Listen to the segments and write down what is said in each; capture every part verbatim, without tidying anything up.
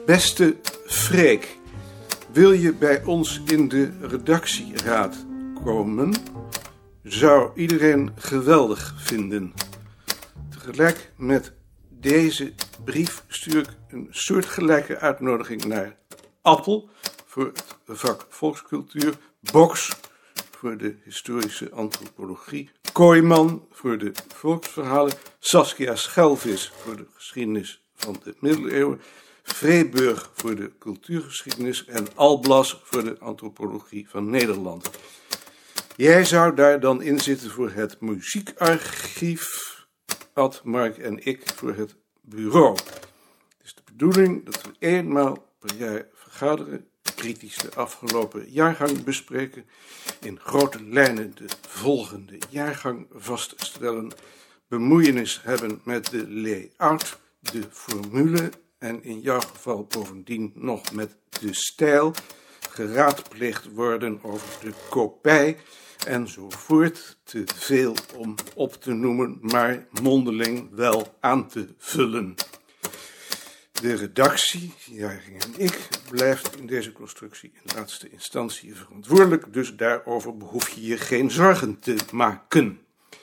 Beste Freek, wil je bij ons in de redactieraad komen? Zou iedereen geweldig vinden. Tegelijk met deze brief stuur ik een soortgelijke uitnodiging naar Appel voor het vak volkscultuur, Boks voor de historische antropologie, Kooiman voor de volksverhalen, Saskia Schelvis voor de geschiedenis van de middeleeuwen, Vreeburg voor de cultuurgeschiedenis en Alblas voor de antropologie van Nederland. Jij zou daar dan in zitten voor het muziekarchief, Ad, Mark en ik voor het bureau. Het is de bedoeling dat we eenmaal per jaar vergaderen, kritisch de afgelopen jaargang bespreken, in grote lijnen de volgende jaargang vaststellen, bemoeienis hebben met de layout, de formule en in jouw geval bovendien nog met de stijl, geraadpleegd worden over de kopij enzovoort. Te veel om op te noemen, maar mondeling wel aan te vullen. De redactie, Jaring en ik, blijft in deze constructie in laatste instantie verantwoordelijk, dus daarover behoef je je geen zorgen te maken.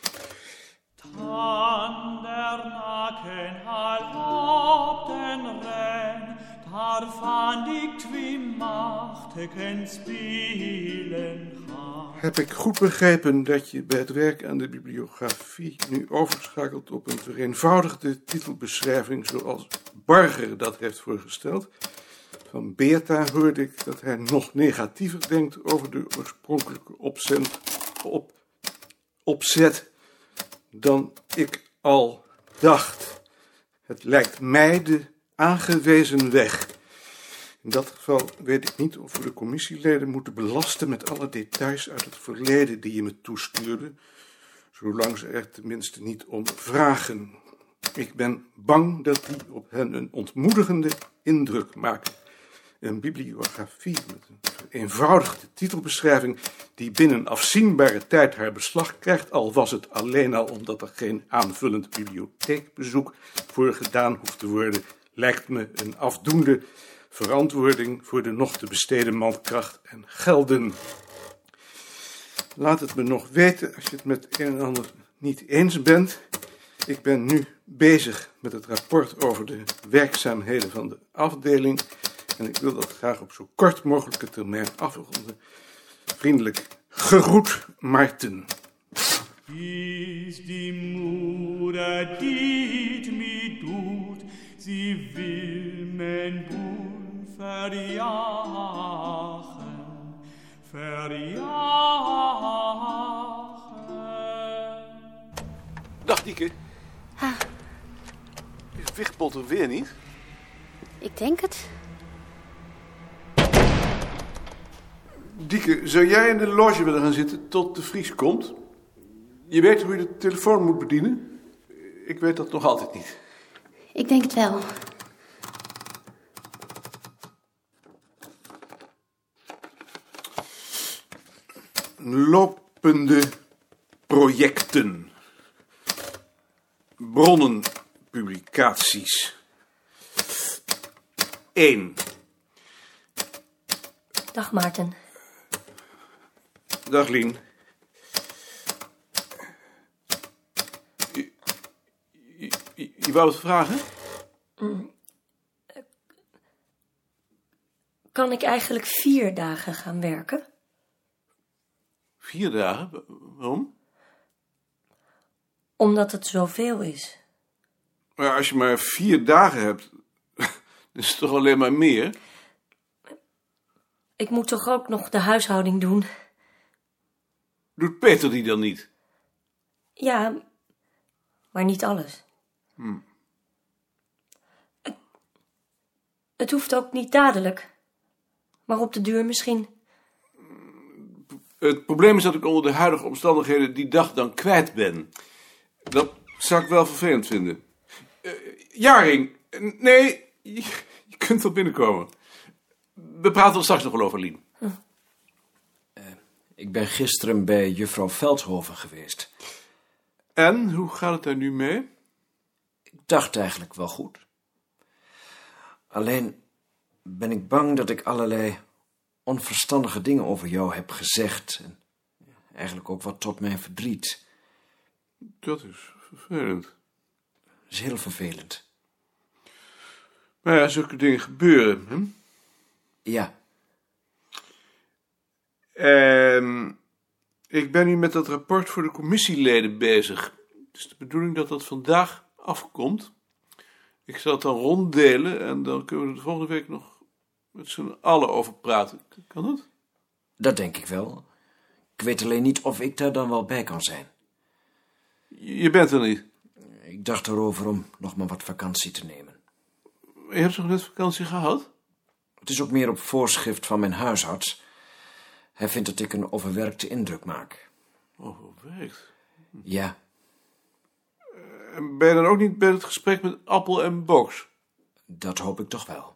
Heb ik goed begrepen dat je bij het werk aan de bibliografie nu overschakelt op een vereenvoudigde titelbeschrijving zoals Barger dat heeft voorgesteld? Van Beerta hoorde ik dat hij nog negatiever denkt over de oorspronkelijke opzet, op, opzet dan ik al dacht. Het lijkt mij de aangewezen weg. In dat geval weet ik niet of we de commissieleden moeten belasten met alle details uit het verleden die je me toestuurde, zolang ze er tenminste niet om vragen. Ik ben bang dat die op hen een ontmoedigende indruk maken. Een bibliografie met een vereenvoudigde titelbeschrijving die binnen afzienbare tijd haar beslag krijgt, al was het alleen al omdat er geen aanvullend bibliotheekbezoek voor gedaan hoeft te worden, lijkt me een afdoende verantwoording voor de nog te besteden mankracht en gelden. Laat het me nog weten als je het met een en ander niet eens bent. Ik ben nu bezig met het rapport over de werkzaamheden van de afdeling en ik wil dat graag op zo kort mogelijke termijn afronden. Vriendelijk gegroet, Maarten. Is die moeder die het me doet, sie wil mijn boel verjagen, verjagen. Dag Dieke. Ha. Is Wichtbold er weer niet? Ik denk het. Dieke, zou jij in de loge willen gaan zitten tot de Vries komt? Je weet hoe je de telefoon moet bedienen? Ik weet dat nog altijd niet. Ik denk het wel. Lopende projecten. Bronnen, publicaties. één. Dag Maarten. Dag Lien. Je, je, je, je wou wat vragen? Mm. Kan ik eigenlijk vier dagen gaan werken? Vier dagen? Waarom? Omdat het zoveel is. Maar als je maar vier dagen hebt, dan is het toch alleen maar meer? Ik moet toch ook nog de huishouding doen? Doet Peter die dan niet? Ja, maar niet alles. Hmm. Het, het hoeft ook niet dadelijk, maar op de duur misschien. Het probleem is dat ik onder de huidige omstandigheden die dag dan kwijt ben. Dat zou ik wel vervelend vinden. Uh, Jaring, nee, je, je kunt wel binnenkomen. We praten er straks nog wel over, Lien. Hm. Uh, ik ben gisteren bij juffrouw Veldhoven geweest. En, hoe gaat het daar nu mee? Ik dacht eigenlijk wel goed. Alleen, ben ik bang dat ik allerlei onverstandige dingen over jou heb gezegd. En eigenlijk ook wat tot mijn verdriet. Dat is vervelend. Dat is heel vervelend. Maar ja, zulke dingen gebeuren, hè? Ja. En ik ben nu met dat rapport voor de commissieleden bezig. Het is de bedoeling dat dat vandaag afkomt. Ik zal het dan ronddelen en dan kunnen we er de volgende week nog met z'n allen over praten. Kan dat? Dat denk ik wel. Ik weet alleen niet of ik daar dan wel bij kan zijn. Je bent er niet. Ik dacht erover om nog maar wat vakantie te nemen. Je hebt toch net vakantie gehad? Het is ook meer op voorschrift van mijn huisarts. Hij vindt dat ik een overwerkte indruk maak. Overwerkt? Ja. En ben je dan ook niet bij het gesprek met Appel en Boks? Dat hoop ik toch wel.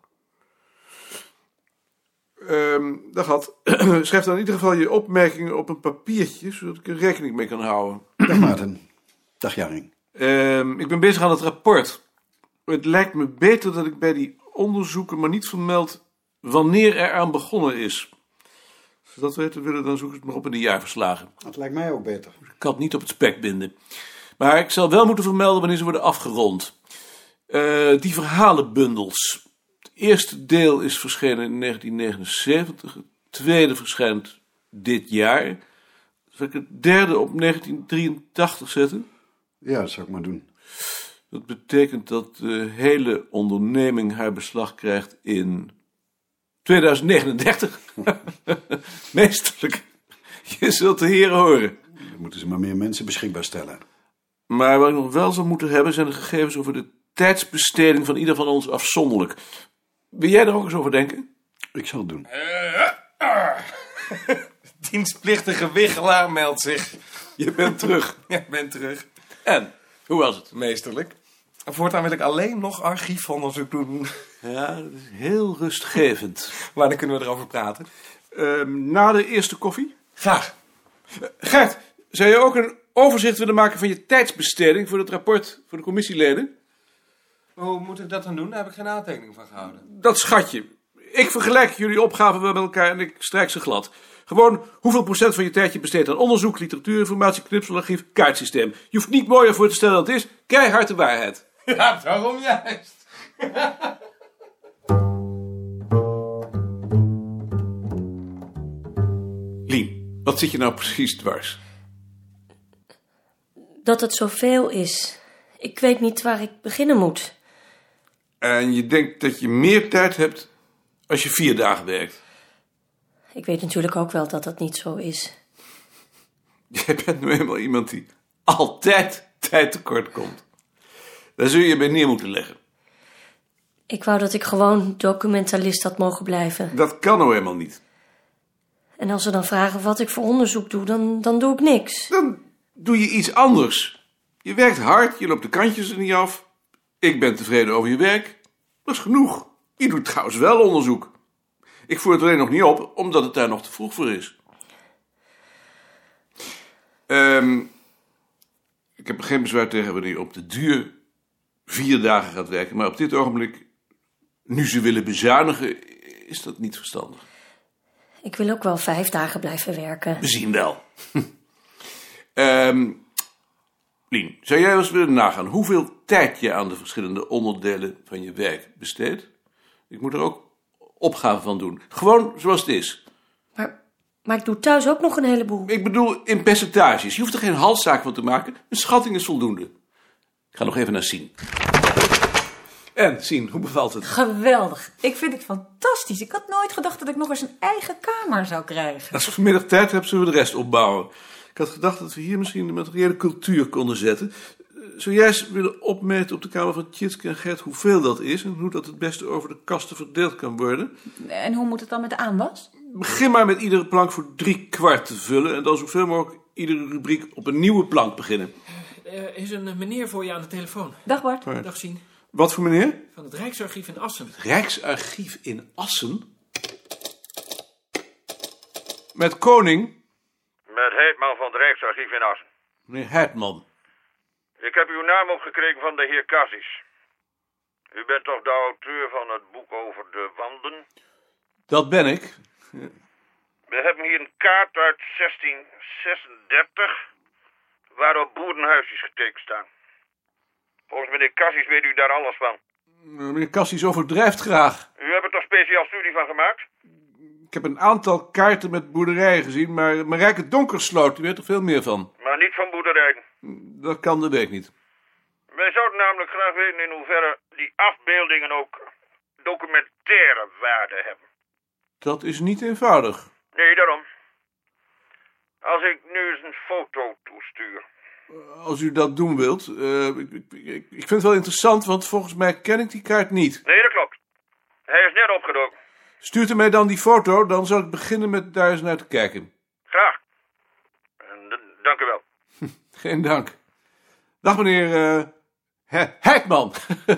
Um, dat gaat. Schrijf dan in ieder geval je opmerkingen op een papiertje, zodat ik er rekening mee kan houden. Dag Maarten. Dag Jaring. Um, ik ben bezig aan het rapport. Het lijkt me beter dat ik bij die onderzoeken maar niet vermeld wanneer er aan begonnen is. Als we dat weten willen, dan zoek ik het maar op in de jaarverslagen. Dat lijkt mij ook beter. Ik kan het niet op het spek binden. Maar ik zal wel moeten vermelden wanneer ze worden afgerond. Uh, die verhalenbundels. Het eerste deel is verschenen in negentien negenenzeventig. Het tweede verschijnt dit jaar. Zal ik het derde op negentien drieëntachtig zetten? Ja, dat zou ik maar doen. Dat betekent dat de hele onderneming haar beslag krijgt in tweeduizend negenendertig. Meesterlijk. Je zult de heren horen. Dan moeten ze maar meer mensen beschikbaar stellen. Maar wat ik nog wel zou moeten hebben zijn de gegevens over de tijdsbesteding van ieder van ons afzonderlijk. Wil jij daar ook eens over denken? Ik zal het doen. Dienstplichtige wichelaar meldt zich. Je bent terug. Ja, ik ben terug. En, hoe was het? Meesterlijk. Voortaan wil ik alleen nog archiefonderzoek doen. Ja, dat is heel rustgevend. Wanneer kunnen we erover praten? Uh, na de eerste koffie? Graag. Uh, Gert, zou je ook een overzicht willen maken van je tijdsbesteding voor het rapport voor de commissieleden? Hoe moet ik dat dan doen? Daar heb ik geen aantekening van gehouden. Dat schat je. Ik vergelijk jullie opgaven wel met elkaar en ik strijk ze glad. Gewoon hoeveel procent van je tijd je besteedt aan onderzoek, literatuurinformatie, knipselarchief, kaartsysteem. Je hoeft niet mooier voor te stellen dan het is. Keihard de waarheid. Ja, daarom juist. Lien, wat zit je nou precies dwars? Dat het zoveel is. Ik weet niet waar ik beginnen moet. En je denkt dat je meer tijd hebt als je vier dagen werkt. Ik weet natuurlijk ook wel dat dat niet zo is. Jij bent nu eenmaal iemand die altijd tijd tekort komt. Daar zul je je bij neer moeten leggen. Ik wou dat ik gewoon documentalist had mogen blijven. Dat kan nou helemaal niet. En als ze dan vragen wat ik voor onderzoek doe, dan, dan doe ik niks. Dan doe je iets anders. Je werkt hard, je loopt de kantjes er niet af. Ik ben tevreden over je werk. Dat is genoeg. Je doet trouwens wel onderzoek. Ik voer het alleen nog niet op, omdat het daar nog te vroeg voor is. Um, ik heb er geen bezwaar tegen wanneer je op de duur vier dagen gaat werken. Maar op dit ogenblik, nu ze willen bezuinigen, is dat niet verstandig. Ik wil ook wel vijf dagen blijven werken. We zien wel. um, Lien, zou jij wel eens willen nagaan hoeveel tijd je aan de verschillende onderdelen van je werk besteedt? Ik moet er ook opgaven van doen. Gewoon zoals het is. Maar, maar ik doe thuis ook nog een heleboel. Ik bedoel in percentages. Je hoeft er geen halszaak van te maken. Een schatting is voldoende. Ik ga nog even naar Sien. En, Sien, hoe bevalt het? Geweldig. Ik vind het fantastisch. Ik had nooit gedacht dat ik nog eens een eigen kamer zou krijgen. Als we vanmiddag tijd hebben, zullen we de rest opbouwen. Ik had gedacht dat we hier misschien de materiële cultuur konden zetten. Zou jij eens willen opmeten op de kamer van Tjitske en Gert hoeveel dat is en hoe dat het beste over de kasten verdeeld kan worden? En hoe moet het dan met de aanwas? Begin maar met iedere plank voor drie kwart te vullen en dan zoveel mogelijk iedere rubriek op een nieuwe plank beginnen. Er is een meneer voor je aan de telefoon. Dag Bart. Waar? Dag Sien. Wat voor meneer? Van het Rijksarchief in Assen. Rijksarchief in Assen? Met Koning? Met Heetman van het Rijksarchief in Assen. Meneer Heitman. Ik heb uw naam opgekregen van de heer Cassis. U bent toch de auteur van het boek over de wanden? Dat ben ik. We hebben hier een kaart uit zestien zesendertig... waarop boerenhuisjes getekend staan. Volgens meneer Cassis weet u daar alles van. Meneer Cassis overdrijft graag. U hebt er toch speciaal studie van gemaakt? Ik heb een aantal kaarten met boerderijen gezien, maar Marijke Donkersloot, die weet er veel meer van. Maar niet van boerderijen. Dat kan, dat weet ik niet. Wij zouden namelijk graag weten in hoeverre die afbeeldingen ook documentaire waarde hebben. Dat is niet eenvoudig. Nee, daarom. Als ik nu eens een foto toestuur. Als u dat doen wilt. Uh, ik, ik, ik vind het wel interessant, want volgens mij ken ik die kaart niet. Nee, dat klopt. Hij is net opgedoken. Stuurt u mij dan die foto, dan zal ik beginnen met daar eens naar te kijken. Graag. En d- dank u wel. Geen dank. Dag meneer uh, He- Heitman.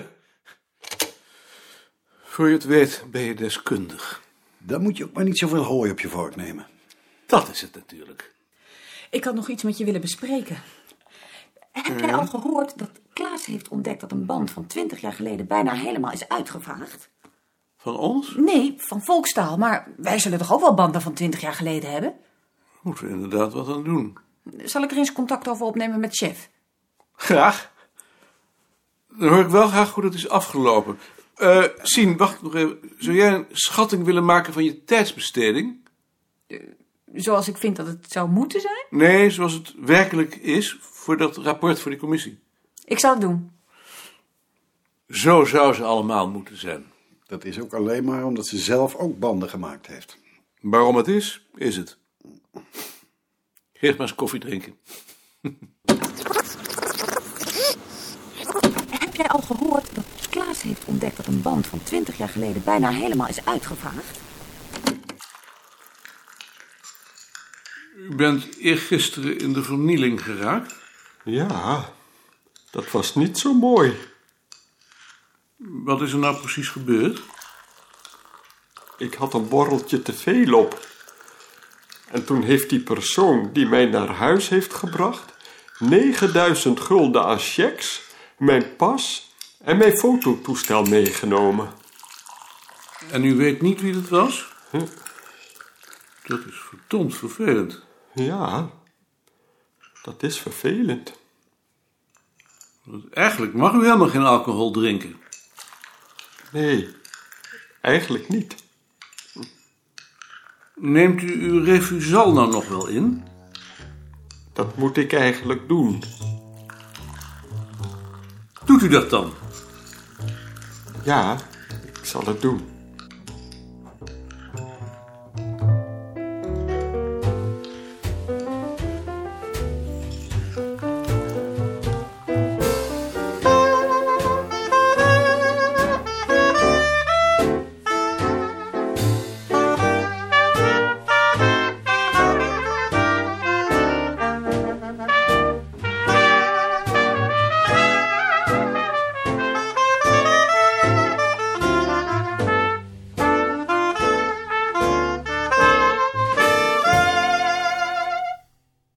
Voor je het weet ben je deskundig. Dan moet je ook maar niet zoveel hooi op je vork nemen. Dat is het natuurlijk. Ik had nog iets met je willen bespreken. Heb jij al gehoord dat Klaas heeft ontdekt dat een band van twintig jaar geleden bijna helemaal is uitgevaagd? Van ons? Nee, van Volkstaal. Maar wij zullen toch ook wel banden van twintig jaar geleden hebben? Moeten we inderdaad wat aan doen. Zal ik er eens contact over opnemen met chef? Graag. Dan hoor ik wel graag hoe dat is afgelopen. Uh, Sien, wacht nog even. Zou jij een schatting willen maken van je tijdsbesteding? Zoals ik vind dat het zou moeten zijn? Nee, zoals het werkelijk is voor dat rapport voor die commissie. Ik zal het doen. Zo zou ze allemaal moeten zijn. Dat is ook alleen maar omdat ze zelf ook banden gemaakt heeft. Waarom het is, is het. Geef maar eens koffie drinken. Heb jij al gehoord dat Klaas heeft ontdekt dat een band van twintig jaar geleden bijna helemaal is uitgevaagd? U bent eergisteren in de vernieling geraakt? Ja, dat was niet zo mooi. Wat is er nou precies gebeurd? Ik had een borreltje te veel op. En toen heeft die persoon die mij naar huis heeft gebracht negenduizend gulden aan checks, mijn pas en mijn fototoestel meegenomen. En u weet niet wie dat was? Huh? Dat is verdomd vervelend. Ja, dat is vervelend. Want eigenlijk mag u helemaal geen alcohol drinken. Nee, eigenlijk niet. Neemt u uw Refusal nou nog wel in? Dat moet ik eigenlijk doen. Doet u dat dan? Ja, ik zal het doen.